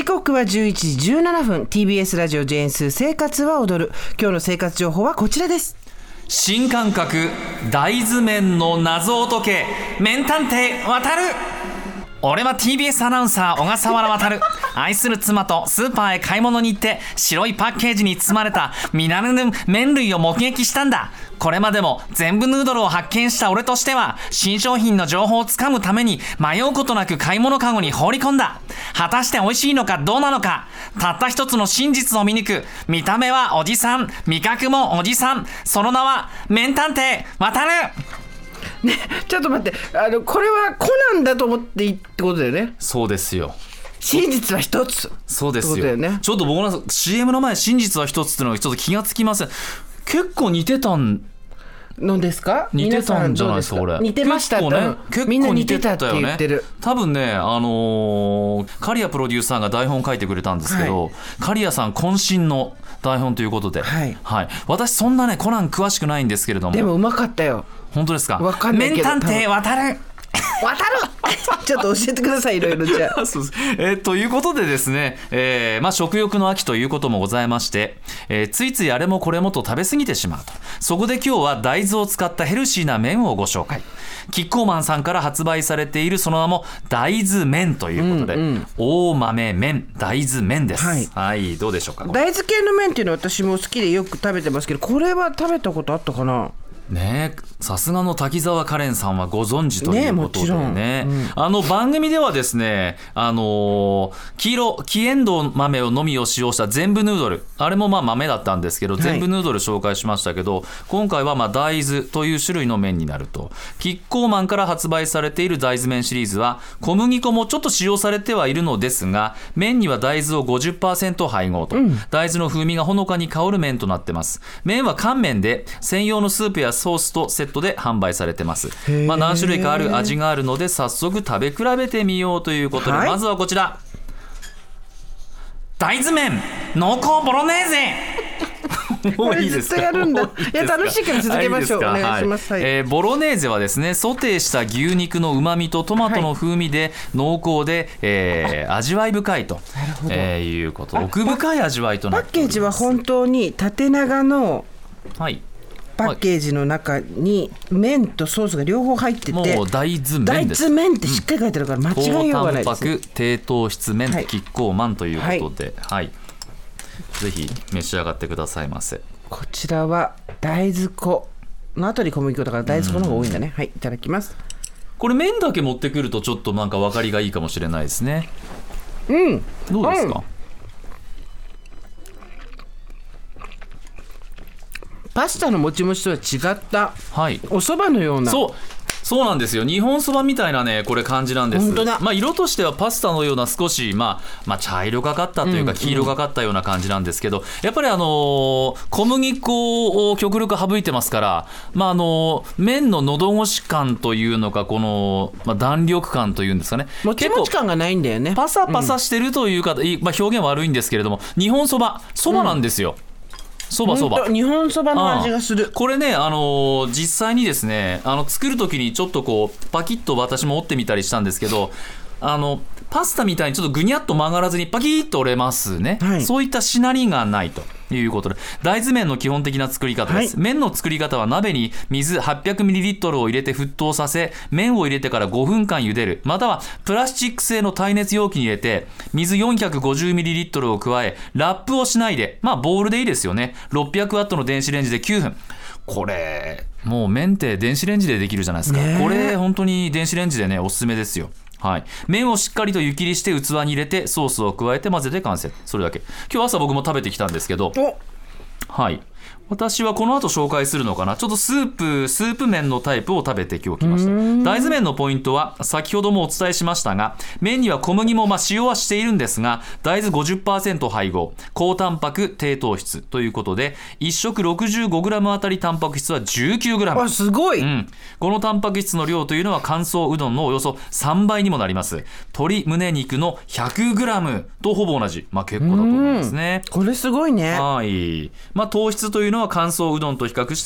時刻は11時17分 TBS ラジオジェーンス生活は踊る。今日の生活情報はこちらです。 新感覚大豆麺の謎を解け、麺探偵渡る。俺は TBS アナウンサー小笠原渡る。愛する妻とスーパーへ買い物に行って白いパッケージに包まれた見慣れぬ麺類を目撃したんだ。これまでも全部ヌードルを発見した俺としては、新商品の情報をつかむために迷うことなく買い物カゴに放り込んだ。果たして美味しいのかどうなのか、たった一つの真実を見抜く。見た目はおじさん、味覚もおじさん、その名は麺探偵渡る。 ね、ちょっと待って、これはコナンだと思っていいってことだよね。 そうですよ。 真実は一つ。 そうですよ。 ってことだよね。 ちょっと僕の CM の前真実は一つっていうのがちょっと気がつきません。結構似てたのですか？ 似てたんじゃないですか。俺似てましたね。みんな似てたって言ってる。 多分ね、刈谷プロデューサーが台本書いてくれたんですけど、刈谷さん渾身の台本ということで、はいはい、私そんなねコナン詳しくないんですけれども、 でもうまかったよ。 本当ですか？ わかんないけど麺探偵渡るちょっと教えてください、いろいろ。じゃあそうです。ということでですね、食欲の秋ということもございまして、ついついあれもこれもと食べ過ぎてしまうと。そこで今日は大豆を使ったヘルシーな麺をご紹介。キッコーマンさんから発売されているその名も大豆麺ということで、大豆麺大豆麺です。はい、はい、どうでしょうか。 大豆系の麺っていうのは私も好きでよく食べてますけど、これは食べたことあったかな。ね、 さすがの滝沢カレンさんはご存知ということで ね、番組ではですね、黄エンドウ豆をのみを使用した全部ヌードル、あれもまあ豆だったんですけど、全部ヌードル紹介しましたけど、今回はまあ大豆という種類の麺になると。キッコーマンから発売されている大豆麺シリーズは小麦粉もちょっと使用されてはいるのですが、麺には大豆を 50% 配合と、大豆の風味がほのかに香る麺となってます。麺は乾麺で専用のスープやソースとセットで販売されてます。何種類かある味があるので早速食べ比べてみようということで、まずはこちら、大豆麺濃厚ボロネーゼもういいですか？これずっとやるんだ。いや、楽しいから続けましょう。お願いします。 ボロネーゼはですね、ソテーした牛肉のうまみとトマトの風味で濃厚で、味わい深いと、いうこと。奥深い味わいとなっております。 パッケージは本当に縦長の、 はい、 パッケージの中に麺とソースが両方入ってて、 もう大豆麺です。 大豆麺ってしっかり書いてあるから間違いようがないです、 高タンパク低糖質麺、キッコーマンということで、はい、ぜひ召し上がってくださいませ。 こちらは大豆粉の後に小麦粉だから大豆粉の方が多いんだね。はい、いただきます。 これ麺だけ持ってくるとちょっとなんか分かりがいいかもしれないですね。どうですか？ パスタのもちもちとは違った、 はい、 お蕎麦のような。 そうなんですよ。日本そばみたいなね、これ感じなんです。 本当だ。 色としてはパスタのような少し、茶色がかったというか黄色がかったような感じなんですけど、やっぱり小麦粉を極力省いてますから、麺の喉越し感というのか、この、弾力感というんですかね、 もちもち感がないんだよね。 パサパサしてるというか、表現悪いんですけれども、日本そばなんですよ。そば日本そばの味がする。 これね、実際にですね、作る時にちょっとこうパキッと私も折ってみたりしたんですけど、パスタみたいにちょっとぐにゃっと曲がらずにパキッと折れますね、はい、そういったしなりがないということで、大豆麺の基本的な作り方です、はい、麺の作り方は鍋に水 800ml を入れて沸騰させ、麺を入れてから5分間茹でる、またはプラスチック製の耐熱容器に入れて水 450ml を加え、ラップをしないで、ボウルでいいですよね、600W の電子レンジで9分。これもう麺って電子レンジでできるじゃないですか、これ本当に電子レンジでねおすすめですよ。はい、麺をしっかりと湯切りして器に入れてソースを加えて混ぜて完成。それだけ。今日朝僕も食べてきたんですけど、はい、私はこの後紹介するのかな、ちょっとスープ麺のタイプを食べて今日来ました。大豆麺のポイントは先ほどもお伝えしましたが、麺には小麦も使用はしているんですが、大豆 50% 配合、高タンパク低糖質ということで、1食 65g あたりタンパク質は 19g。 すごい、 このタンパク質の量というのは乾燥うどんのおよそ3倍にもなります。鶏胸肉の 100g とほぼ同じ、結構だと思いますね。 これすごいね。 はい、糖質というののは乾燥うどんと比較して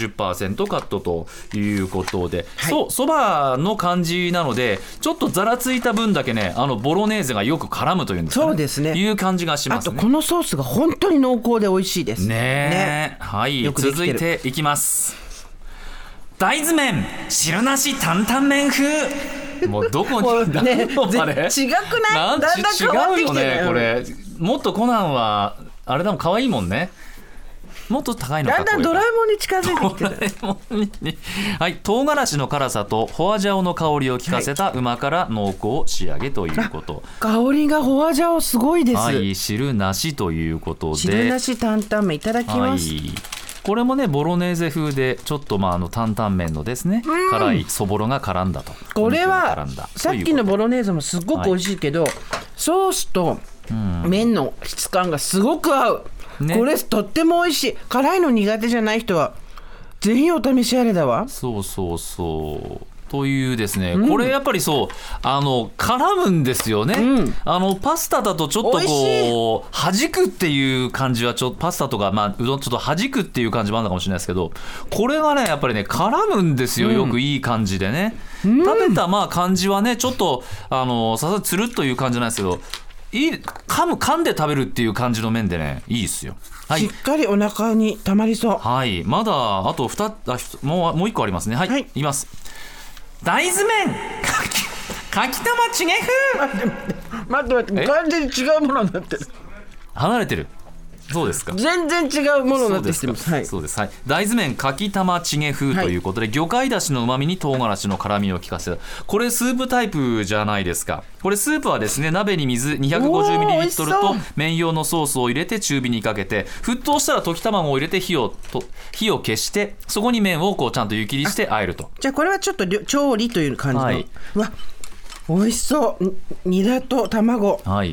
40% カットということで、 はい、 そばの感じなのでちょっとざらついた分だけねボロネーゼがよく絡むというんですかね、 そうですね、 いう感じがしますね。 あとこのソースが本当に濃厚で美味しいですね。はい、続いていきます。大豆麺汁なし担々麺風。もうどこにね、違くない？ だんだん変わってきてるよね。これもっとコナンはあれだもん可愛いもんね。もっと高いのか。 だんだんドラえもんに近づいてきてる。 ドラえもんにはい、唐辛子の辛さとホアジャオの香りを効かせたうま辛濃厚仕上げということ、 香りがホアジャオすごいです。 はい、汁なしということで、 汁なし担々麺いただきます、 はい、これもねボロネーゼ風でちょっと担々麺のですね、辛いそぼろが絡んだと。 これはさっきのボロネーゼもすごく美味しいけど、ソースと麺の質感がすごく合う、ね、これとっても美味しい。辛いの苦手じゃない人はぜひお試しあれだわ。 そうそうそうというですね、これやっぱりそう絡むんですよね、パスタだとちょっとこう弾くっていう感じはパスタとか、うどんちょっと弾くっていう感じもあるのかもしれないですけど、これがねやっぱりね絡むんですよ、よくいい感じでね、食べた感じはねちょっとさすがにつるっという感じなんですけど、噛んで食べるっていう感じの麺でねいいですよ、はい、 しっかりお腹にたまりそう。 はい、まだあともう1個ありますね。はい、はい、いきます。大豆麺かきたまちげ風。 待って完全に違うものになってる。 離れてる。そうですか。 全然違うものになってきてます。はい、 そうです。はい、大豆麺かきたまちげ風ということで、魚介だしのうまみに唐辛子の辛みを効かせた。これスープタイプじゃないですか。これスープはですね、鍋に水 250ml と麺用のソースを入れて中火にかけて、沸騰したら溶き卵を入れて火を消して、そこに麺をちゃんと湯切りして和えると。 じゃあこれはちょっと調理という感じの、はい、うわ美味しそう。ニラと卵、 はい、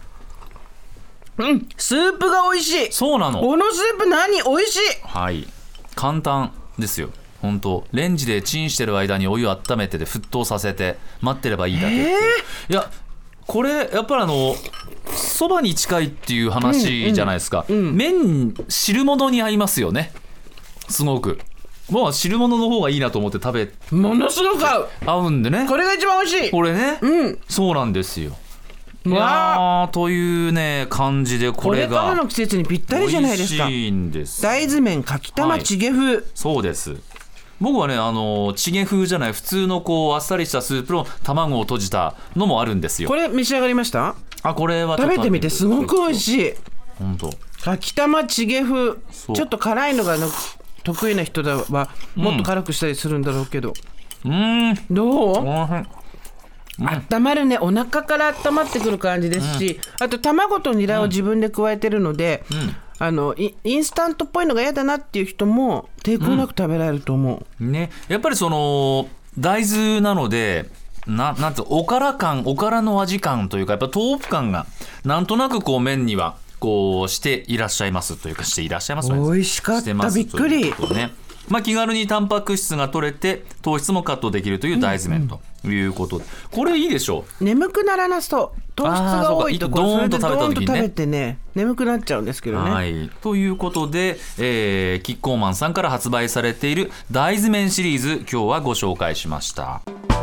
スープが美味しい。 そうなの。 このスープ美味しい。 はい、簡単ですよ。本当レンジでチンしてる間にお湯を温めてで沸騰させて待ってればいいだけっていう。いやこれやっぱりそばに近いっていう話じゃないですか、麺汁物に合いますよね、すごく。もう汁物の方がいいなと思ってものすごく合うんでね、 これが一番美味しい。 これね、そうなんですよ。いやというね感じで、これがこれからの季節にぴったりじゃないですか。 美味しいんです。 大豆麺かきたまちげ風、 そうです。僕はねチゲ風じゃない普通のあっさりしたスープの卵を閉じたのもあるんですよ。 これ召し上がりました？ これは食べてみてすごく美味しい。 本当かきたまちげ風、ちょっと辛いのが得意な人はもっと辛くしたりするんだろうけど、どう？温まるね。お腹から温まってくる感じですし、あと卵とニラを自分で加えてるので、インスタントっぽいのが嫌だなっていう人も抵抗なく食べられると思う、 ね。やっぱり大豆なのでなんておからの味感というか、やっぱ豆腐感がなんとなく麺にはしていらっしゃいますというか、していらっしゃいますね。 美味しかった。びっくり。 気軽にタンパク質が取れて糖質もカットできるという大豆麺ということで、これいいでしょう。 眠くならなすと糖質が多いところ、 ドーンと食べた時にね、 食べてね眠くなっちゃうんですけどね。 はい、ということで、キッコーマンさんから発売されている大豆麺シリーズ、今日はご紹介しました。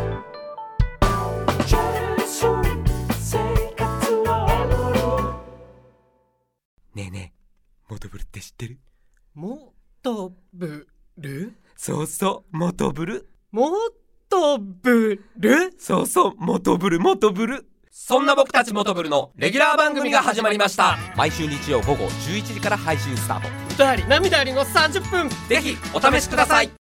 ねえねえ、モトブルって知ってる？ モトブル？ そうそう、モトブル。 モトブル？ そうそう、モトブル。そんな僕たちモトブルのレギュラー番組が始まりました。毎週日曜午後11時から配信スタート。 歌あり涙ありの30分、 ぜひお試しください。